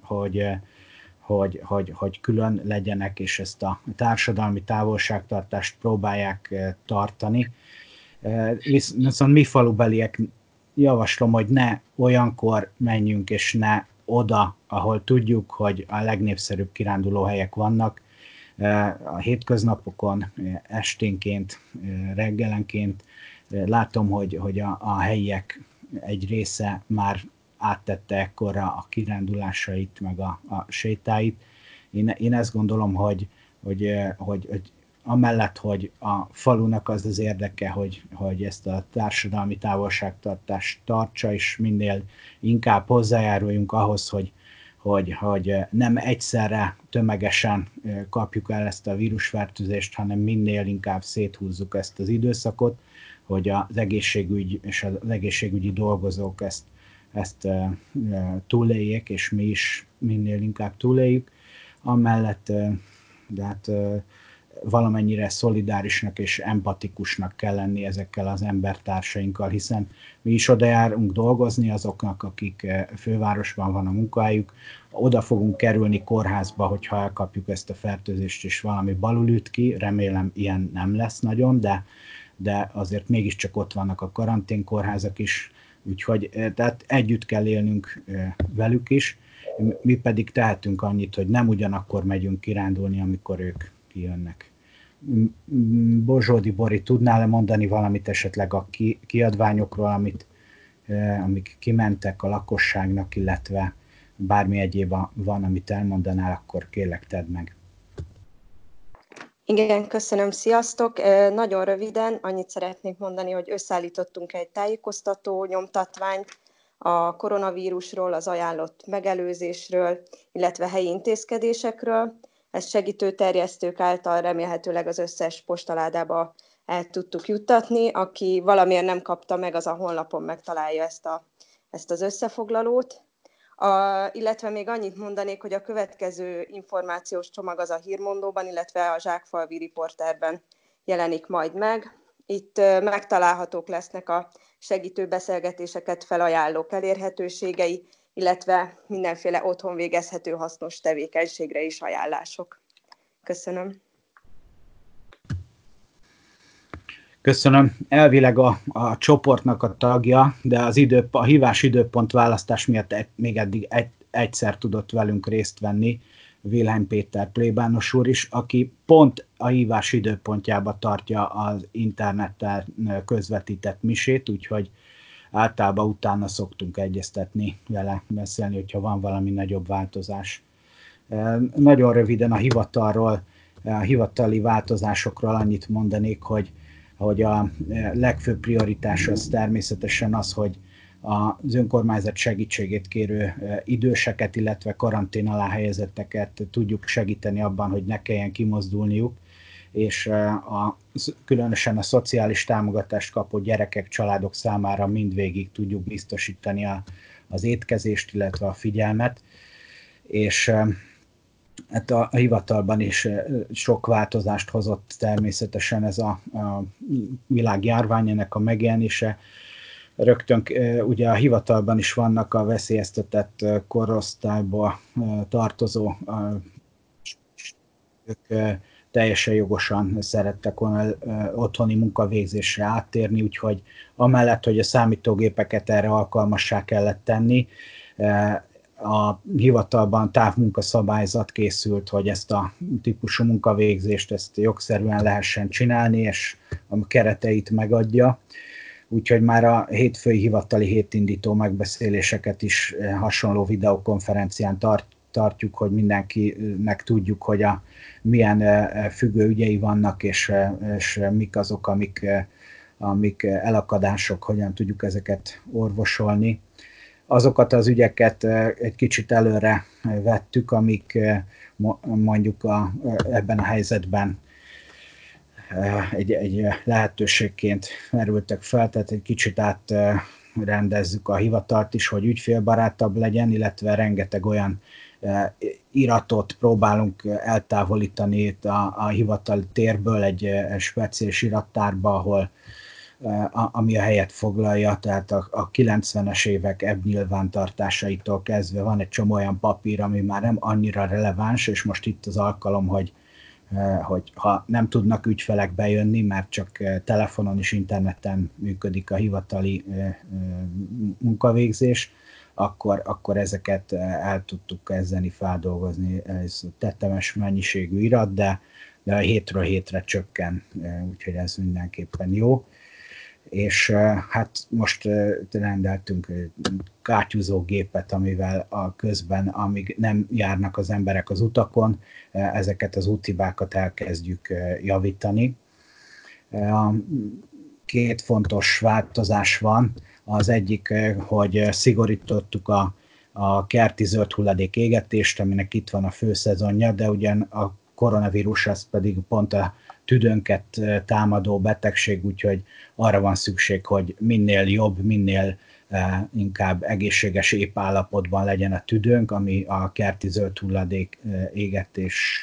hogy külön legyenek, és ezt a társadalmi távolságtartást próbálják tartani. Viszont mi falubeliek javaslom, hogy ne olyankor menjünk, és ne oda, ahol tudjuk, hogy a legnépszerűbb kirándulóhelyek vannak. A hétköznapokon, esténként, reggelenként látom, hogy a helyiek egy része már áttette ekkorra a kirándulásait, meg a sétáit. Én ezt gondolom, hogy amellett, hogy a falunak az érdeke, hogy ezt a társadalmi távolságtartást tartsa, és minél inkább hozzájáruljunk ahhoz, hogy nem egyszerre tömegesen kapjuk el ezt a vírusfertőzést, hanem minél inkább széthúzzuk ezt az időszakot, hogy az egészségügy és az egészségügyi dolgozók ezt túléljék, és mi is minél inkább túléljük. Amellett de hát valamennyire szolidárisnak és empatikusnak kell lenni ezekkel az embertársainkkal, hiszen mi is oda járunk dolgozni azoknak, akik fővárosban van a munkahelyük, oda fogunk kerülni kórházba, hogyha elkapjuk ezt a fertőzést, és valami balul üt ki, remélem ilyen nem lesz nagyon, de azért mégiscsak ott vannak a karanténkórházak is, úgyhogy tehát együtt kell élnünk velük is, mi pedig tehetünk annyit, hogy nem ugyanakkor megyünk kirándulni, amikor ők kijönnek. Bozsódi Bori, tudnál-e mondani valamit esetleg a kiadványokról, amik kimentek a lakosságnak, illetve bármi egyéb van, amit elmondanál, akkor kérlek, tedd meg. Igen, köszönöm, sziasztok! Nagyon röviden annyit szeretnék mondani, hogy összeállítottunk egy tájékoztató nyomtatványt a koronavírusról, az ajánlott megelőzésről, illetve helyi intézkedésekről. Ezt segítő terjesztők által remélhetőleg az összes postaládába el tudtuk juttatni. Aki valamiért nem kapta meg, az a honlapon megtalálja ezt az összefoglalót. Illetve még annyit mondanék, hogy a következő információs csomag az a Hírmondóban, illetve a Zsákfalvi Riporterben jelenik majd meg. Itt megtalálhatók lesznek a segítő beszélgetéseket felajánlók elérhetőségei, illetve mindenféle otthon végezhető hasznos tevékenységre is ajánlások. Köszönöm. Köszönöm. Elvileg a csoportnak a tagja, de a hívás időpont választás miatt még eddig egyszer tudott velünk részt venni Vilhelm Péter plébános úr is, aki pont a hívás időpontjába tartja az interneten közvetített misét, úgyhogy általában utána szoktunk egyeztetni vele, beszélni, hogyha van valami nagyobb változás. Nagyon röviden a hivatali változásokról annyit mondanék, hogy a legfőbb prioritás az természetesen az, hogy az önkormányzat segítségét kérő időseket, illetve karantén alá helyezetteket tudjuk segíteni abban, hogy ne kelljen kimozdulniuk, és különösen a szociális támogatást kapó gyerekek, családok számára mindvégig tudjuk biztosítani az étkezést, illetve a figyelmet, és hát a hivatalban is sok változást hozott természetesen ez a világjárvány, ennek a megjelenése. Rögtön ugye a hivatalban is vannak a veszélyeztetett korosztályba tartozó, ők teljesen jogosan szerettek volna otthoni munkavégzésre áttérni, úgyhogy amellett, hogy a számítógépeket erre alkalmassá kellett tenni, a hivatalban távmunkaszabályzat készült, hogy ezt a típusú munkavégzést ezt jogszerűen lehessen csinálni, és a kereteit megadja. úgyhogy már a hétfői hivatali hétindító megbeszéléseket is hasonló videokonferencián tartjuk, hogy mindenkinek tudjuk, hogy milyen függő ügyei vannak, és mik azok, amik elakadások, hogyan tudjuk ezeket orvosolni. Azokat az ügyeket egy kicsit előre vettük, amik mondjuk ebben a helyzetben egy lehetőségként merültek fel, tehát egy kicsit átrendezzük a hivatalt is, hogy ügyfélbarátabb legyen, illetve rengeteg olyan iratot próbálunk eltávolítani itt a hivatali térből egy speciális irattárba, ami a helyet foglalja, tehát a 90-es évek ebb nyilvántartásaitól kezdve van egy csomó olyan papír, ami már nem annyira releváns, és most itt az alkalom, hogy ha nem tudnak ügyfelek bejönni, mert csak telefonon és interneten működik a hivatali munkavégzés, akkor ezeket el tudtuk kezdeni feldolgozni. Ez tetemes mennyiségű irat, de hétről hétre csökken, úgyhogy ez mindenképpen jó. És hát most rendeltünk kátyúzógépet, amivel közben, amíg nem járnak az emberek az utakon, ezeket az úthibákat elkezdjük javítani. Két fontos változás van. Az egyik, hogy szigorítottuk a kerti zöld hulladék égetést, aminek itt van a főszezonja, de ugyan a koronavírus az pedig pont a tüdőnket támadó betegség, úgyhogy arra van szükség, hogy minél jobb, minél inkább egészséges, épp állapotban legyen a tüdőnk, ami a kerti zöld hulladék égetés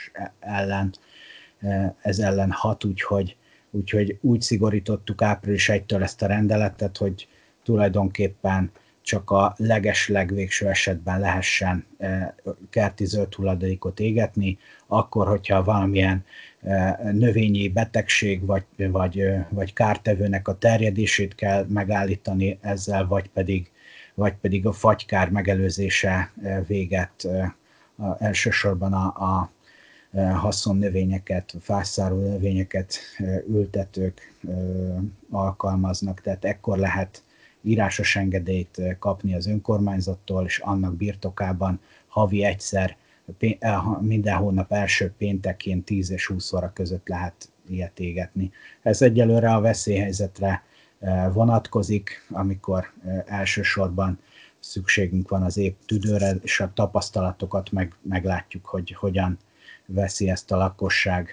ellen hat, úgyhogy úgy szigorítottuk április 1-től ezt a rendeletet, hogy tulajdonképpen csak a legvégső esetben lehessen kerti zöld hulladékot égetni, akkor, hogyha valamilyen növényi betegség vagy kártevőnek a terjedését kell megállítani ezzel, vagy pedig a fagykár megelőzése véget elsősorban a haszonnövényeket, fászszárú növényeket ültetők alkalmaznak, tehát ekkor lehet írásos engedélyt kapni az önkormányzattól, és annak birtokában havi egyszer, minden hónap első péntekén 10 és 20 óra között lehet ilyet égetni. Ez egyelőre a veszélyhelyzetre vonatkozik, amikor elsősorban szükségünk van az épp tüdőre, és a tapasztalatokat meglátjuk, hogy hogyan veszi ezt a lakosság.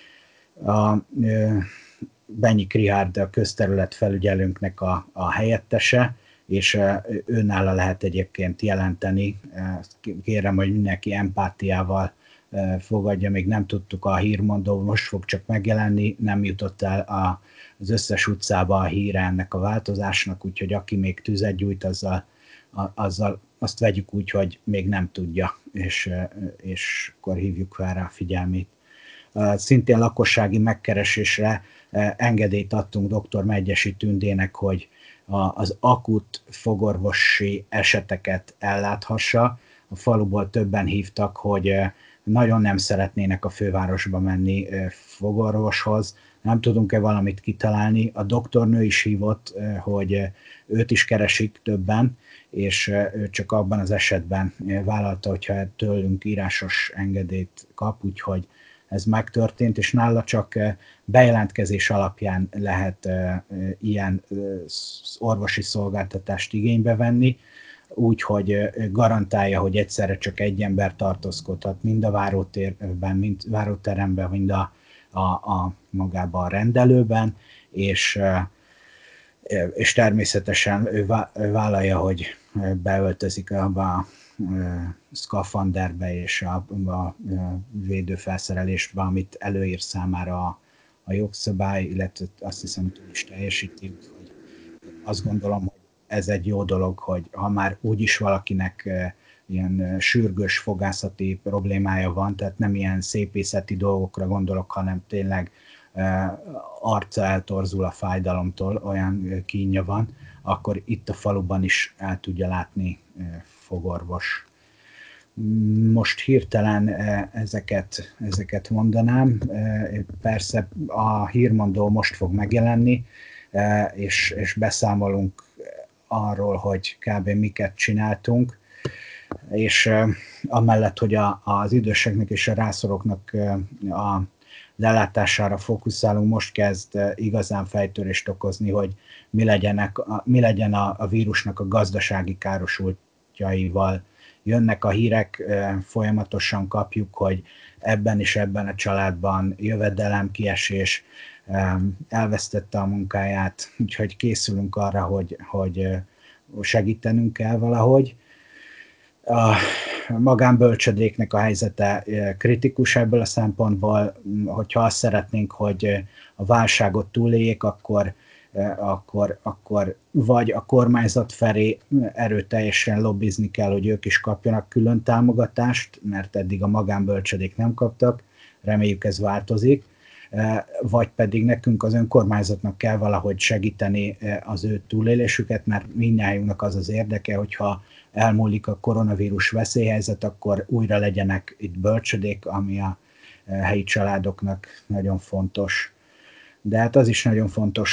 Benyi Krihárd a közterület felügyelőnknek a helyettese, és őnála lehet egyébként jelenteni. Kérem, hogy mindenki empátiával fogadja, még nem tudtuk a hírmondó, most fog csak megjelenni, nem jutott el az összes utcába a híre ennek a változásnak, úgyhogy aki még tüzet gyújt, azzal azt vegyük úgy, hogy még nem tudja, és akkor hívjuk fel rá a figyelmét. Szintén lakossági megkeresésre engedélyt adtunk dr. Megyesi Tündének, hogy az akut fogorvosi eseteket elláthassa. A faluból többen hívtak, hogy nagyon nem szeretnének a fővárosba menni fogorvoshoz, nem tudunk-e valamit kitalálni. A doktornő is hívott, hogy őt is keresik többen, és ő csak abban az esetben vállalta, hogyha tőlünk írásos engedélyt kap, úgyhogy ez megtörtént, és nála csak bejelentkezés alapján lehet ilyen orvosi szolgáltatást igénybe venni, úgyhogy garantálja, hogy egyszerre csak egy ember tartózkodhat mind a várótérben, mind váróteremben, mind magában a rendelőben, és természetesen ő vállalja, hogy beöltözik abba a szkafanderbe és a védőfelszerelésbe, amit előír számára a jogszabály, illetve azt hiszem, hogy is teljesíti. Azt gondolom, hogy ez egy jó dolog, hogy ha már úgyis valakinek ilyen sürgős fogászati problémája van, tehát nem ilyen szépészeti dolgokra gondolok, hanem tényleg arca eltorzul a fájdalomtól, olyan kínja van, akkor itt a faluban is el tudja látni fogorvos. Most hirtelen ezeket mondanám. Persze a hírmondó most fog megjelenni, és beszámolunk arról, hogy kb. Miket csináltunk, és amellett, hogy az időseknek és a rászoroknak az ellátására fókuszálunk, most kezd igazán fejtörést okozni, hogy mi legyen a vírusnak a gazdasági károsultjaival. Jönnek a hírek, folyamatosan kapjuk, hogy ebben és ebben a családban jövedelemkiesés, elvesztette a munkáját, úgyhogy készülünk arra, hogy segítenünk kell valahogy. A magánbölcsödéknek a helyzete kritikus ebből a szempontból, hogyha azt szeretnénk, hogy a válságot túléljék, akkor vagy a kormányzat felé erőteljesen lobbizni kell, hogy ők is kapjanak külön támogatást, mert eddig a magánbölcsödék nem kaptak, reméljük ez változik, vagy pedig nekünk az önkormányzatnak kell valahogy segíteni az ő túlélésüket, mert mindnyájunknak az az érdeke, hogyha elmúlik a koronavírus veszélyhelyzet, akkor újra legyenek itt bölcsödék, ami a helyi családoknak nagyon fontos. De hát az is nagyon fontos,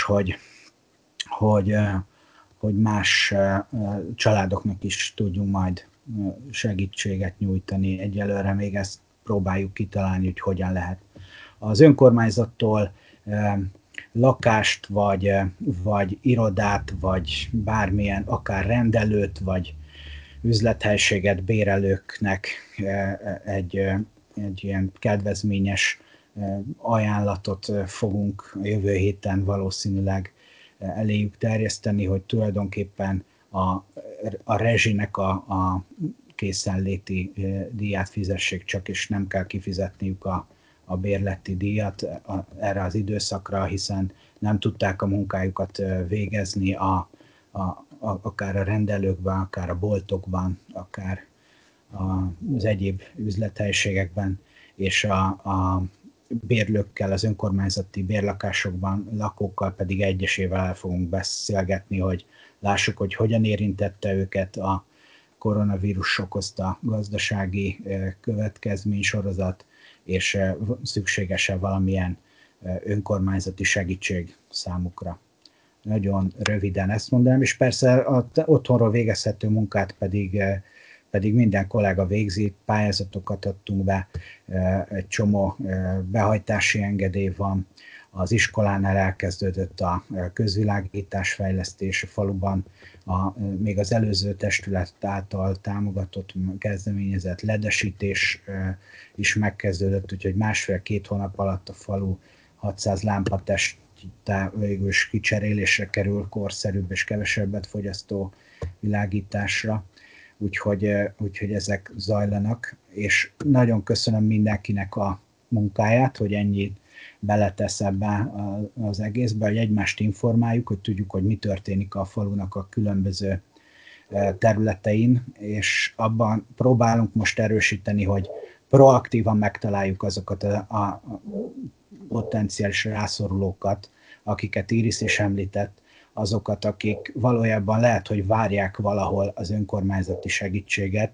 hogy más családoknak is tudjunk majd segítséget nyújtani. Egyelőre még ezt próbáljuk kitalálni, hogy hogyan lehet. Az önkormányzattól lakást, vagy irodát, vagy bármilyen, akár rendelőt, vagy üzlethelységet bérelőknek egy ilyen kedvezményes ajánlatot fogunk a jövő héten valószínűleg eléjük terjeszteni, hogy tulajdonképpen a rezsinek a készenléti díját fizessék csak, és nem kell kifizetniük a bérleti díjat erre az időszakra, hiszen nem tudták a munkájukat végezni akár a rendelőkben, akár a boltokban, akár az egyéb üzlethelységekben, és a bérlőkkel, az önkormányzati bérlakásokban lakókkal pedig egyesével el fogunk beszélgetni, hogy lássuk, hogy hogyan érintette őket a koronavírus okozta gazdasági következménysorozat, és szükséges-e valamilyen önkormányzati segítség számukra. Nagyon röviden ezt mondanám, és persze az otthonról végezhető munkát pedig minden kollega végzi, pályázatokat adtunk be, egy csomó behajtási engedély van, az iskolánál elkezdődött a közvilágítás fejlesztés a faluban, még az előző testület által támogatott, kezdeményezett ledesítés is megkezdődött, úgyhogy 1,5-2 hónap alatt a falu 600 lámpatest végül is kicserélésre kerül, korszerűbb és kevesebbet fogyasztó világításra, úgyhogy ezek zajlanak, és nagyon köszönöm mindenkinek a munkáját, hogy ennyit beletesz ebbe az egészbe, hogy egymást informáljuk, hogy tudjuk, hogy mi történik a falunak a különböző területein, és abban próbálunk most erősíteni, hogy proaktívan megtaláljuk azokat a potenciális rászorulókat, akiket Iris is említett, azokat, akik valójában lehet, hogy várják valahol az önkormányzati segítséget.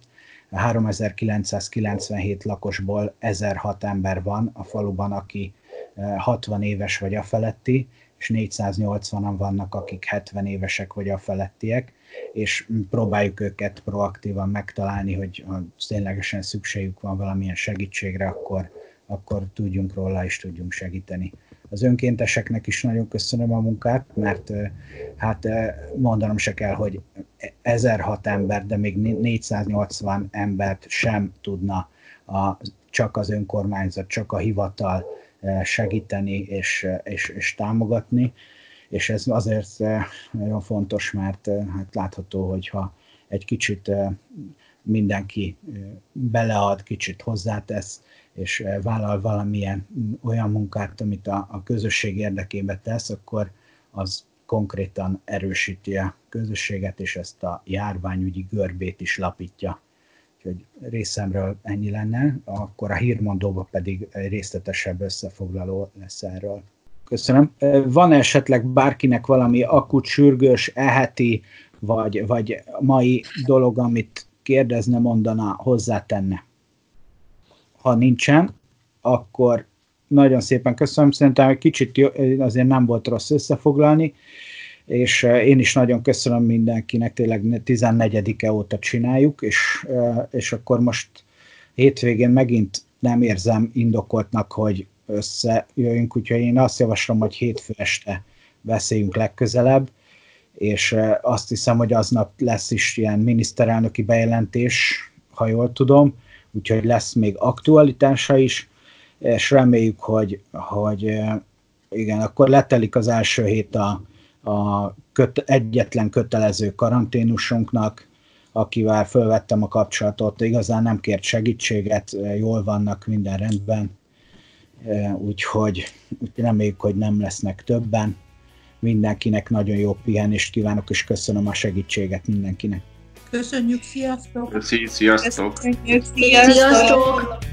3997 lakosból 1006 ember van a faluban, aki 60 éves vagy afeletti, és 480-an vannak, akik 70 évesek vagy afelettiek, és próbáljuk őket proaktívan megtalálni, hogy ha ténylegesen szükségük van valamilyen segítségre, akkor tudjunk róla és tudjunk segíteni. Az önkénteseknek is nagyon köszönöm a munkát, mert hát mondanom se kell, hogy 1006 ember, de még 480 embert sem tudna csak az önkormányzat, csak a hivatal segíteni és támogatni, és ez azért nagyon fontos, mert hát látható, hogyha egy kicsit mindenki belead, kicsit hozzátesz, és vállal valamilyen olyan munkát, amit a közösség érdekében tesz, akkor az konkrétan erősíti a közösséget, és ezt a járványügyi görbét is lapítja. Úgyhogy részemről ennyi lenne, akkor a hírmondóban pedig részletesebb összefoglaló lesz erről. Köszönöm. Van esetleg bárkinek valami akut, sürgős, eheti, vagy mai dolog, amit kérdezne, mondana, hozzátenne? Ha nincsen, akkor nagyon szépen köszönöm, szerintem egy kicsit azért nem volt rossz összefoglalni, és én is nagyon köszönöm mindenkinek, tényleg 14-e óta csináljuk, és akkor most hétvégén megint nem érzem indokoltnak, hogy összejöjjünk, úgyhogy én azt javaslom, hogy hétfő este beszéljünk legközelebb, és azt hiszem, hogy aznap lesz is ilyen miniszterelnöki bejelentés, ha jól tudom, úgyhogy lesz még aktualitása is, és reméljük, hogy igen, akkor letelik az első hét egyetlen kötelező karanténusunknak, akivel fölvettem a kapcsolatot, igazán nem kért segítséget, jól vannak, minden rendben, úgyhogy reméljük, hogy nem lesznek többen. Mindenkinek nagyon jó pihenést kívánok, és köszönöm a segítséget mindenkinek. Köszönjük, sziasztok! Sziasztok! Sziasztok!